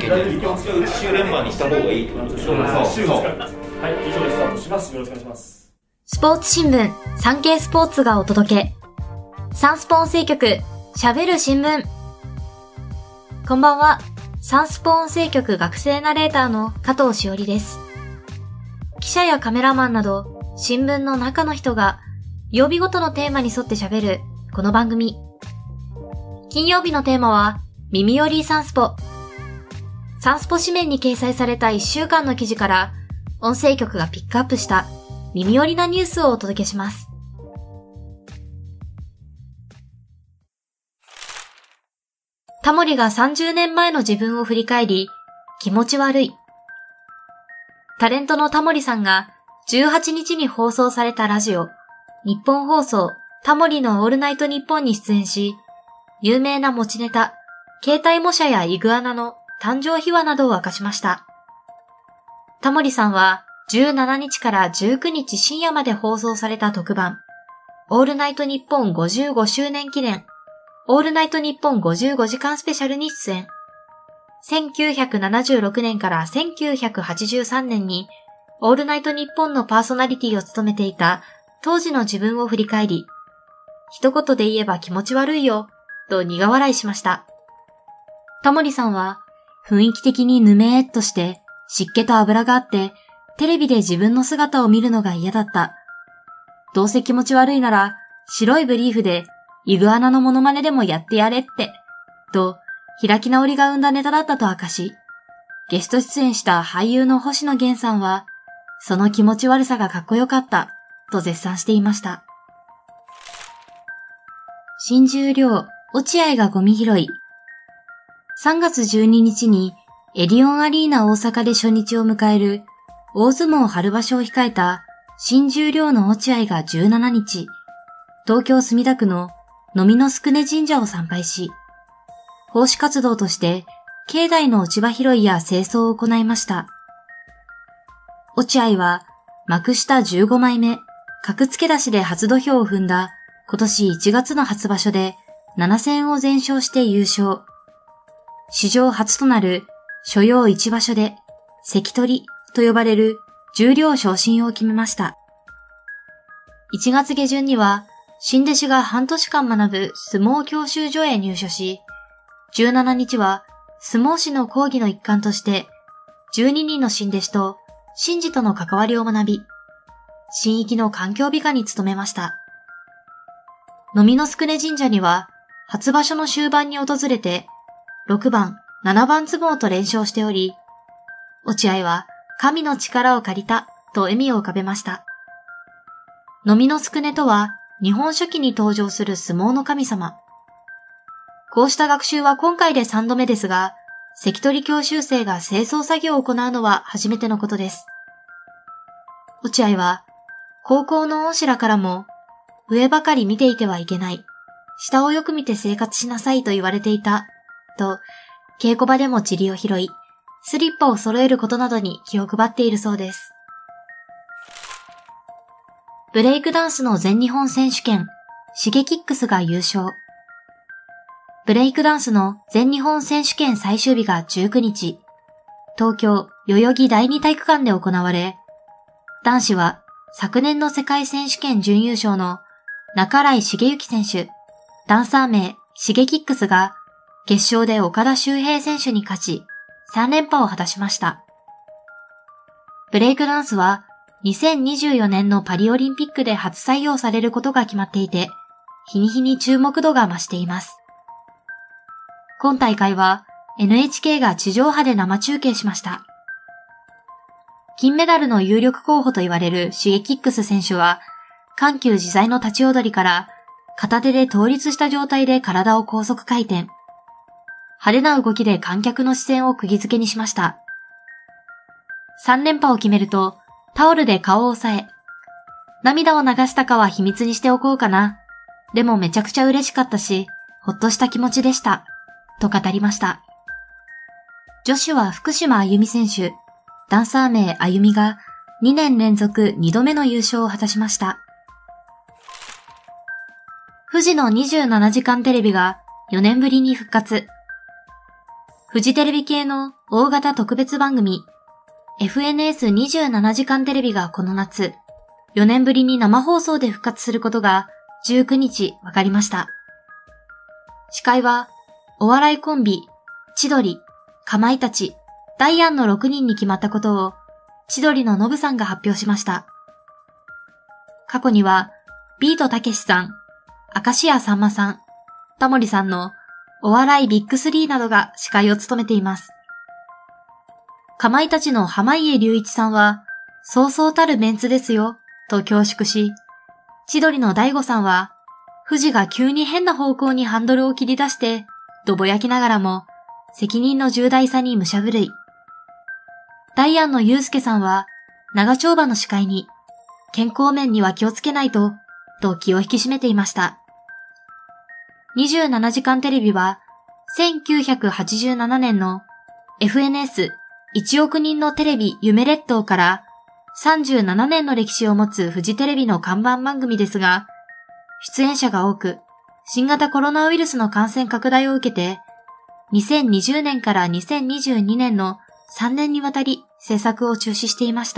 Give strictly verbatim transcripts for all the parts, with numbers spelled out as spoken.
いんじゃないですか。週連番にした方がいいってことですよね。そうそう。 はい、以上でスタートします。よろしくお願いします。 スポーツ新聞、サンケイスポーツがお届け。サンスポ音声局、喋る新聞。こんばんは。サンスポ音声局学生ナレーターの加藤しおりです。記者やカメラマンなど、新聞の中の人が、曜日ごとのテーマに沿って喋る、この番組。金曜日のテーマは、耳よりサンスポ。サンスポ紙面に掲載されたいっしゅうかんの記事から、音声局がピックアップした耳寄りなニュースをお届けします。タモリがさんじゅうねんまえの自分を振り返り、気持ち悪い。タレントのタモリさんがじゅうはちにちに放送されたラジオ、日本放送タモリのオールナイトニッポンに出演し、有名な持ちネタ、携帯模写やイグアナの誕生秘話などを明かしました。タモリさんはじゅうしちにちからじゅうくにち深夜まで放送された特番、オールナイトニッポンごじゅうごしゅうねん記念、オールナイトニッポンごじゅうごじかんスペシャルに出演。せんきゅうひゃくななじゅうろくねんからせんきゅうひゃくはちじゅうさんねんにオールナイトニッポンのパーソナリティを務めていた当時の自分を振り返り、一言で言えば気持ち悪いよ、と苦笑いしました。タモリさんは雰囲気的にぬめーっとして湿気と油があってテレビで自分の姿を見るのが嫌だった。どうせ気持ち悪いなら白いブリーフでイグアナのモノマネでもやってやれって、と開き直りが生んだネタだったと明かし、ゲスト出演した俳優の星野源さんはその気持ち悪さがかっこよかったと絶賛していました。新十両、落合がゴミ拾い。さんがつじゅうににちにエディオンアリーナ大阪で初日を迎える大相撲春場所を控えた新十両の落合がじゅうしちにち、東京墨田区の飲みの宿根神社を参拝し、奉仕活動として境内の落ち葉拾いや清掃を行いました。落合は幕下じゅうごまいめ、格付け出しで初土俵を踏んだ今年いちがつの初場所でななせんを全勝して優勝。史上初となる所要いち場所で関取と呼ばれる十両昇進を決めました。いちがつげじゅんには新弟子が半年間学ぶ相撲教習所へ入所し、じゅうしちにちは相撲師の講義の一環としてじゅうににんの新弟子と神事との関わりを学び、新域の環境美化に努めました。飲みの宿根神社には初場所の終盤に訪れてろくばん、ななばん相撲と連勝しており、落合は神の力を借りたと笑みを浮かべました。飲みの宿根とは日本書紀に登場する相撲の神様。こうした学習は今回でさんどめですが、関取教習生が清掃作業を行うのは初めてのことです。落合は高校の恩師らからも上ばかり見ていてはいけない、下をよく見て生活しなさいと言われていたと稽古場でも塵を拾い、スリッパを揃えることなどに気を配っているそうです。ブレイクダンスの全日本選手権、シゲキックスが優勝。ブレイクダンスの全日本選手権最終日がじゅうくにち、東京代々木第二体育館で行われ、男子は昨年の世界選手権準優勝の半井重幸選手、ダンサー名シゲキックスが決勝で岡田修平選手に勝ち、さんれんぱを果たしました。ブレイクダンスはにせんにじゅうよねんのパリオリンピックで初採用されることが決まっていて、日に日に注目度が増しています。今大会は エヌエイチケー が地上波で生中継しました。金メダルの有力候補と言われるシゲキックス選手は、緩急自在の立ち踊りから片手で倒立した状態で体を高速回転。派手な動きで観客の視線を釘付けにしました。さんれんぱを決めると、タオルで顔を押さえ、涙を流したかは秘密にしておこうかな。でもめちゃくちゃ嬉しかったし、ほっとした気持ちでした。と語りました。女子は福島あゆみ選手、ダンサー名あゆみがにねんれんぞくにどめの優勝を果たしました。富士のにじゅうななじかんテレビがよねんぶりに復活。 フジテレビ系の大型特別番組 エフエヌエスにじゅうななじかんテレビがこの夏、よねんぶりに生放送で復活することがじゅうくにち分かりました。司会はお笑いコンビ、千鳥、かまいたち、ダイアンのろくにんに決まったことを千鳥のノブさんが発表しました。過去にはビートたけしさん、明石家さんまさん、タモリさんのお笑いビッグスリーなどが司会を務めています。かまいたちの濱家隆一さんは、そうそうたるメンツですよ、と恐縮し、千鳥の大悟さんは、富士が急に変な方向にハンドルを切り出して、とぼやきながらも、責任の重大さに武者震い。ダイアンのユースケさんは、長丁場の司会に、健康面には気をつけないと、と気を引き締めていました。にじゅうななじかんテレビは、せんきゅうひゃくはちじゅうななねんの エフエヌエスいちおくにんのテレビ夢列島からさんじゅうななねんの歴史を持つフジテレビの看板番組ですが、出演者が多く、新型コロナウイルスの感染拡大を受けて、にせんにじゅうねんからにせんにじゅうにねんのさんねんにわたり制作を中止していました。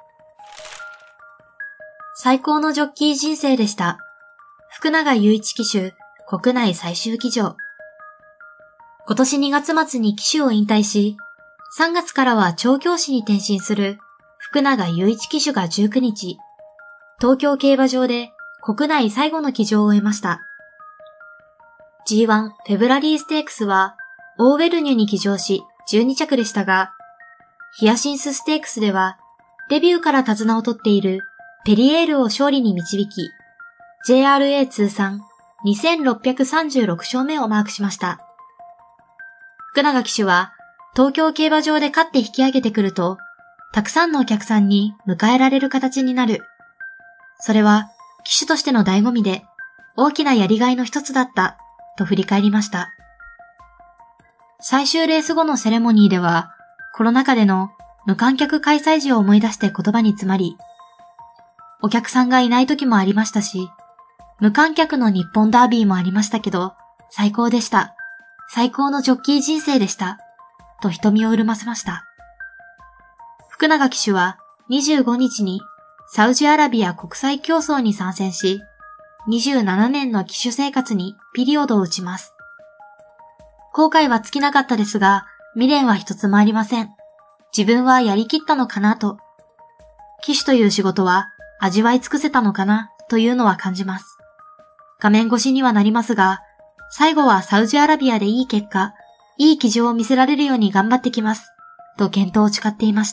最高のジョッキー人生でした。福永祐一騎手、国内最終騎乗。今年にがつ末に騎手を引退し、さんがつからは調教師に転身する福永祐一騎手がじゅうくにち、東京競馬場で国内最後の騎乗を終えました。ジーワン フェブラリーステークスはオーウェルニュに騎乗しじゅうにちゃくでしたが、ヒアシンスステークスではデビューから手綱を取っているペリエールを勝利に導き、ジェイアールエー 通算にせんろっぴゃくさんじゅうろくしょうめをマークしました。福永騎手は東京競馬場で勝って引き上げてくると、たくさんのお客さんに迎えられる形になる。それは騎手としての醍醐味で大きなやりがいの一つだったと振り返りました。最終レース後のセレモニーではコロナ禍での無観客開催時を思い出して言葉に詰まり、お客さんがいない時もありましたし、無観客の日本ダービーもありましたけど、最高でした。最高のジョッキー人生でした。と瞳を潤ませました。福永騎手はにじゅうごにちにサウジアラビア国際競争に参戦し、にじゅうななねんの騎手生活にピリオドを打ちます。後悔は尽きなかったですが、未練は一つもありません。自分はやりきったのかなと。騎手という仕事は味わい尽くせたのかなというのは感じます。画面越しにはなりますが、最後はサウジアラビアでいい結果、いい騎乗を見せられるように頑張ってきます。と健闘を誓っていました。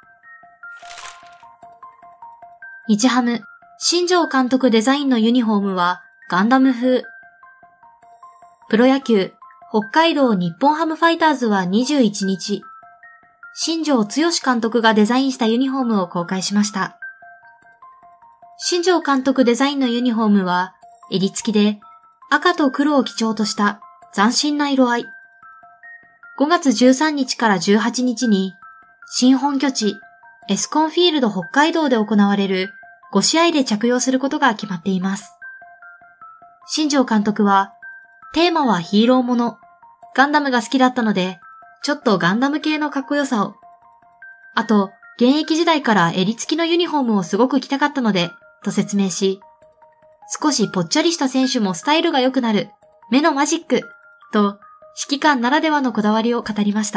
日ハム、新庄監督デザインのユニフォームはガンダム風。プロ野球、北海道日本ハムファイターズはにじゅういちにち、新庄剛志監督がデザインしたユニフォームを公開しました。新庄監督デザインのユニフォームは、襟付きで赤と黒を基調とした斬新な色合い。ごがつじゅうさんにちからじゅうはちにちに新本拠地エスコンフィールド北海道で行われるごしあいで着用することが決まっています。新庄監督はテーマはヒーローもの、ガンダムが好きだったのでちょっとガンダム系のかっこよさを、あと現役時代から襟付きのユニフォームをすごく着たかったのでと説明し、少しぽっちゃりした選手もスタイルが良くなる目のマジックと指揮官ならではのこだわりを語りました。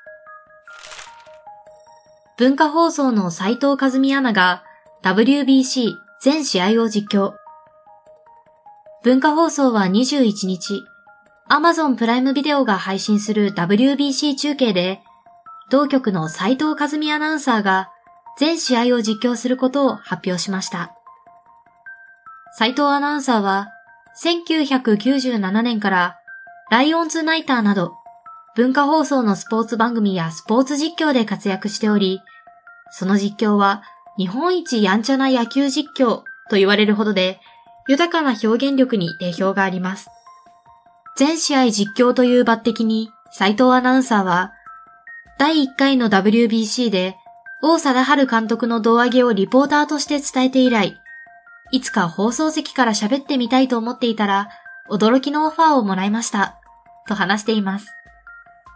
文化放送の斉藤和美アナが ダブリュービーシー 全試合を実況。文化放送はにじゅういちにち、Amazon プライムビデオが配信する ダブリュービーシー 中継で、同局の斉藤和美アナウンサーが全試合を実況することを発表しました。斉藤アナウンサーはせんきゅうひゃくきゅうじゅうななねんからライオンズナイターなど文化放送のスポーツ番組やスポーツ実況で活躍しており、その実況は日本一やんちゃな野球実況と言われるほどで豊かな表現力に定評があります。全試合実況という抜擢に斉藤アナウンサーはだいいっかいの ダブリュービーシー で王貞治監督の胴上げをリポーターとして伝えて以来、いつか放送席から喋ってみたいと思っていたら驚きのオファーをもらいましたと話しています。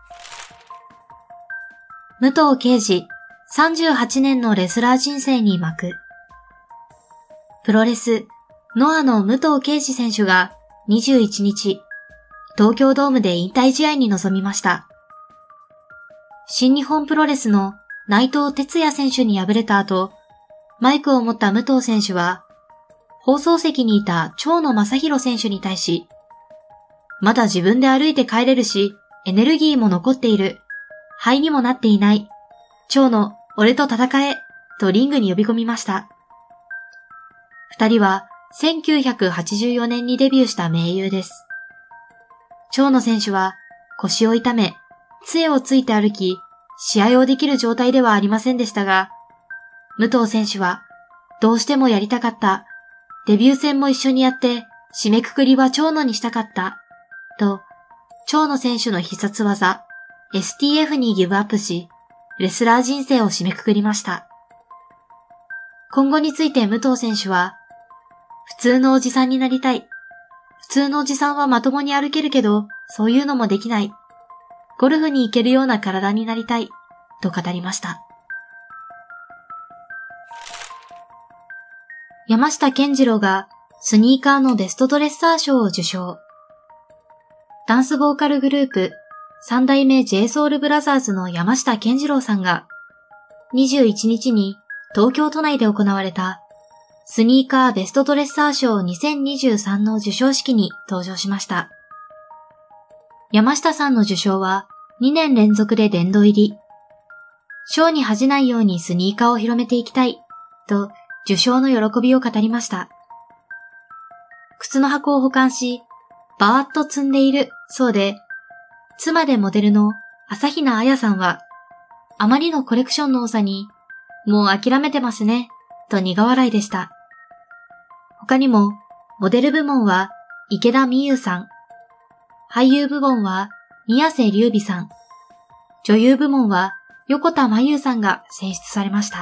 武藤敬司、さんじゅうはちねんのレスラー人生に幕。プロレス、ノアの武藤敬司選手がにじゅういちにち、東京ドームで引退試合に臨みました。新日本プロレスの内藤哲也選手に敗れた後、マイクを持った武藤選手は、放送席にいた長野正弘選手に対し、まだ自分で歩いて帰れるし、エネルギーも残っている。灰にもなっていない。長野、俺と戦え、とリングに呼び込みました。二人はせんきゅうひゃくはちじゅうよねんにデビューした盟友です。長野選手は腰を痛め、杖をついて歩き、試合をできる状態ではありませんでしたが、武藤選手はどうしてもやりたかった。デビュー戦も一緒にやって、締めくくりは長野にしたかった。と、長野選手の必殺技、エスティーエフ にギブアップし、レスラー人生を締めくくりました。今後について武藤選手は、普通のおじさんになりたい。普通のおじさんはまともに歩けるけど、そういうのもできない。ゴルフに行けるような体になりたい。と語りました。山下健二郎がスニーカーのベストドレッサー賞を受賞。ダンスボーカルグループ三代目 ジェイソウルブラザーズの山下健二郎さんがにじゅういちにちに東京都内で行われたスニーカーベストドレッサー賞にせんにじゅうさんの授賞式に登場しました。山下さんの受賞はにねん連続で殿堂入り。賞に恥じないようにスニーカーを広めていきたいと受賞の喜びを語りました。靴の箱を保管し、バーッと積んでいるそうで、妻でモデルの朝比奈彩さんは、あまりのコレクションの多さに、もう諦めてますね、と苦笑いでした。他にも、モデル部門は池田美優さん、俳優部門は宮瀬隆美さん、女優部門は横田真悠さんが選出されました。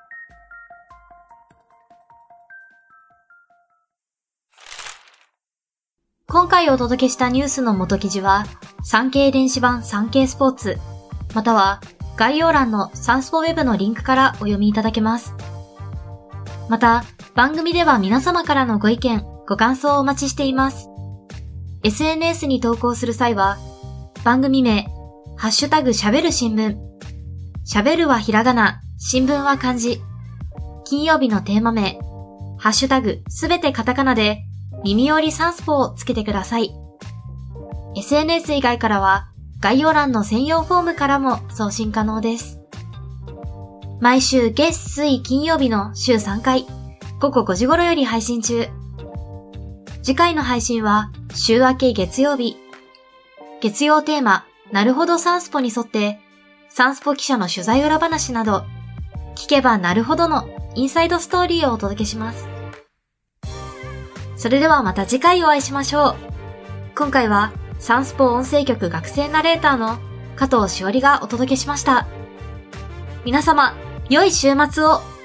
今回お届けしたニュースの元記事は、産経電子版産経スポーツ、または概要欄のサンスポウェブのリンクからお読みいただけます。また、番組では皆様からのご意見、ご感想をお待ちしています。エスエヌエス に投稿する際は、番組名、ハッシュタグしゃべる新聞、しゃべるはひらがな、新聞は漢字、金曜日のテーマ名、ハッシュタグすべてカタカナで、耳よりサンスポをつけてください。エスエヌエス 以外からは概要欄の専用フォームからも送信可能です。毎週月水金曜日の週さんかい、ごごごじ頃より配信中。次回の配信は週明け月曜日。月曜テーマ、なるほどサンスポに沿って、サンスポ記者の取材裏話など、聞けばなるほどのインサイドストーリーをお届けします。それではまた次回お会いしましょう。今回はサンスポ音声局学生ナレーターの加藤しおりがお届けしました。皆様、良い週末を。